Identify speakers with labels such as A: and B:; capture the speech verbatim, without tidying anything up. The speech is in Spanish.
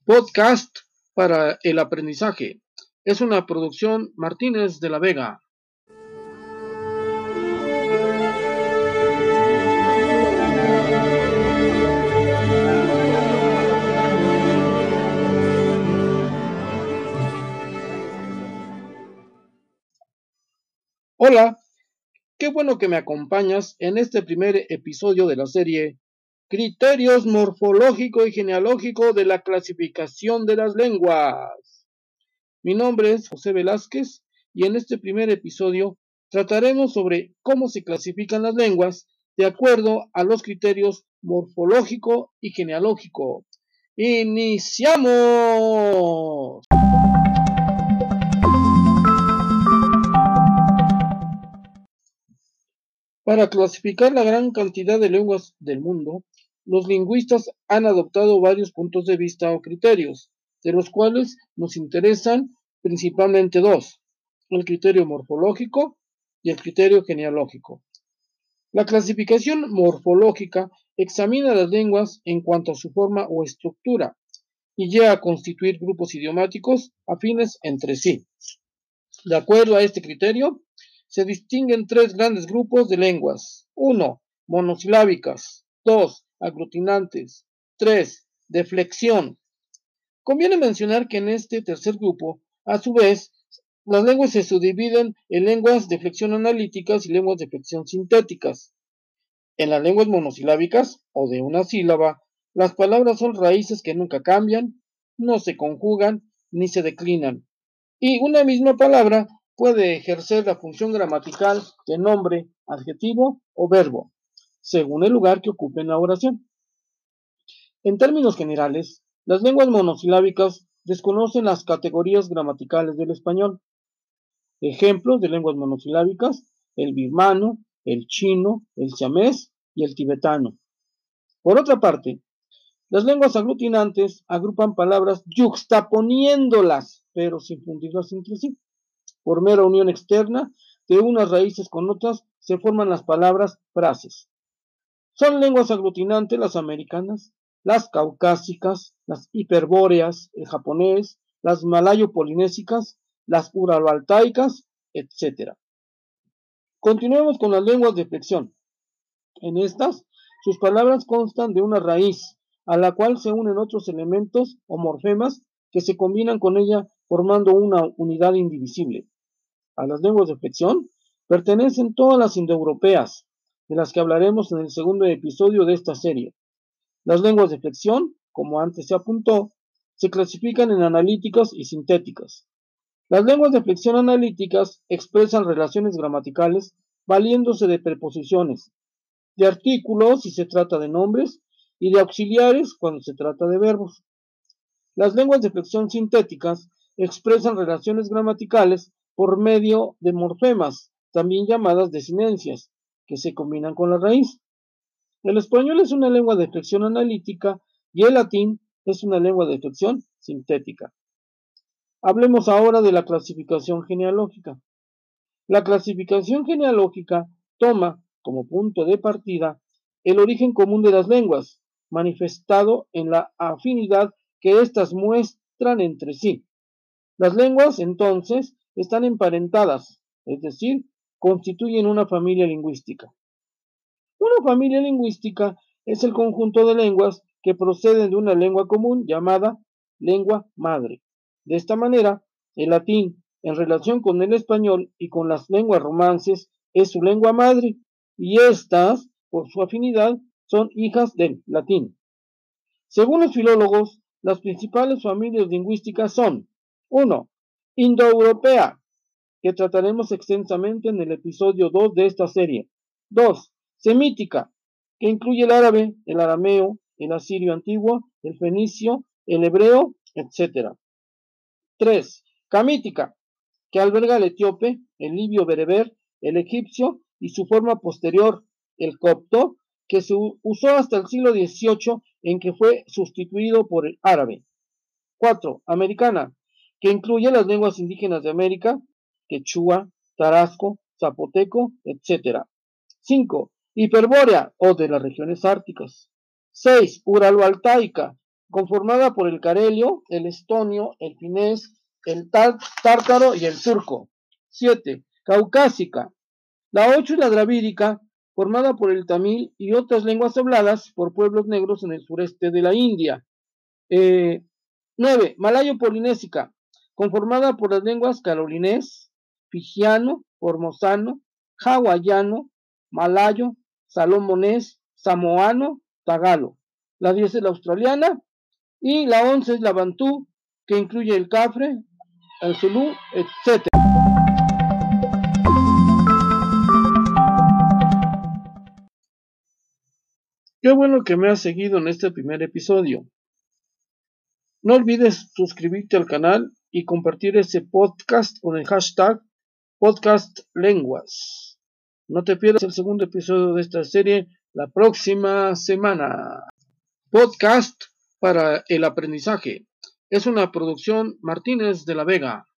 A: Podcast para el aprendizaje. Es una producción Martínez de la Vega. Hola, qué bueno que me acompañas en este primer episodio de la serie Criterios morfológico y genealógico de la clasificación de las lenguas. Mi nombre es José Velázquez y en este primer episodio trataremos sobre cómo se clasifican las lenguas de acuerdo a los criterios morfológico y genealógico. ¡Iniciamos! Para clasificar la gran cantidad de lenguas del mundo, los lingüistas han adoptado varios puntos de vista o criterios, de los cuales nos interesan principalmente dos: el criterio morfológico y el criterio genealógico. La clasificación morfológica examina las lenguas en cuanto a su forma o estructura y llega a constituir grupos idiomáticos afines entre sí. De acuerdo a este criterio, se distinguen tres grandes grupos de lenguas: uno, monosilábicas; dos, aglutinantes; tres, de flexión. Conviene mencionar que en este tercer grupo, a su vez, las lenguas se subdividen en lenguas de flexión analíticas y lenguas de flexión sintéticas. En las lenguas monosilábicas, o de una sílaba, las palabras son raíces que nunca cambian, no se conjugan ni se declinan, y una misma palabra puede ejercer la función gramatical de nombre, adjetivo o verbo, según el lugar que ocupe en la oración. En términos generales, las lenguas monosilábicas desconocen las categorías gramaticales del español. Ejemplos de lenguas monosilábicas: el birmano, el chino, el siamés y el tibetano. Por otra parte, las lenguas aglutinantes agrupan palabras yuxtaponiéndolas, pero sin fundirlas entre sí. Por mera unión externa de unas raíces con otras se forman las palabras frases. Son lenguas aglutinantes las americanas, las caucásicas, las hiperbóreas, el japonés, las malayo-polinésicas, las uralo-altaicas, etcétera. Continuemos con las lenguas de flexión. En estas, sus palabras constan de una raíz, a la cual se unen otros elementos o morfemas que se combinan con ella formando una unidad indivisible. A las lenguas de flexión pertenecen todas las indoeuropeas, de las que hablaremos en el segundo episodio de esta serie. Las lenguas de flexión, como antes se apuntó, se clasifican en analíticas y sintéticas. Las lenguas de flexión analíticas expresan relaciones gramaticales valiéndose de preposiciones, de artículos si se trata de nombres y de auxiliares cuando se trata de verbos. Las lenguas de flexión sintéticas expresan relaciones gramaticales por medio de morfemas, también llamadas desinencias, que se combinan con la raíz. El español es una lengua de flexión analítica y el latín es una lengua de flexión sintética. Hablemos ahora de la clasificación genealógica. La clasificación genealógica toma como punto de partida el origen común de las lenguas, manifestado en la afinidad que éstas muestran entre sí. Las lenguas, entonces, están emparentadas, es decir, constituyen una familia lingüística. Una familia lingüística es el conjunto de lenguas que proceden de una lengua común llamada lengua madre. De esta manera, el latín, en relación con el español y con las lenguas romances, es su lengua madre, y éstas, por su afinidad, son hijas del latín. Según los filólogos, las principales familias lingüísticas son: uno. Indoeuropea, que trataremos extensamente en el episodio dos de esta serie. dos. Semítica, que incluye el árabe, el arameo, el asirio antiguo, el fenicio, el hebreo, etcétera. tres. Camítica, que alberga el etíope, el libio bereber, el egipcio y su forma posterior, el copto, que se usó hasta el siglo dieciocho, en que fue sustituido por el árabe. cuatro. Americana, que incluye las lenguas indígenas de América, quechua, tarasco, zapoteco, etcétera. cinco. Hiperbórea, o de las regiones árticas. seis. Uralo-altaica, conformada por el carelio, el estonio, el finés, el tártaro y el turco. siete. Caucásica. La ocho es la dravídica, formada por el tamil y otras lenguas habladas por pueblos negros en el sureste de la India. Eh, nueve. Malayo-polinésica, conformada por las lenguas carolinés, fijiano, formosano, hawaiano, malayo, salomonés, samoano, tagalo. La diez es la australiana y la once es la bantú, que incluye el cafre, el zulú, etcétera. Qué bueno que me has seguido en este primer episodio. No olvides suscribirte al canal y compartir este podcast con el hashtag podcastlenguas. No te pierdas el segundo episodio de esta serie la próxima semana. Podcast para el aprendizaje. Es una producción Martínez de la Vega.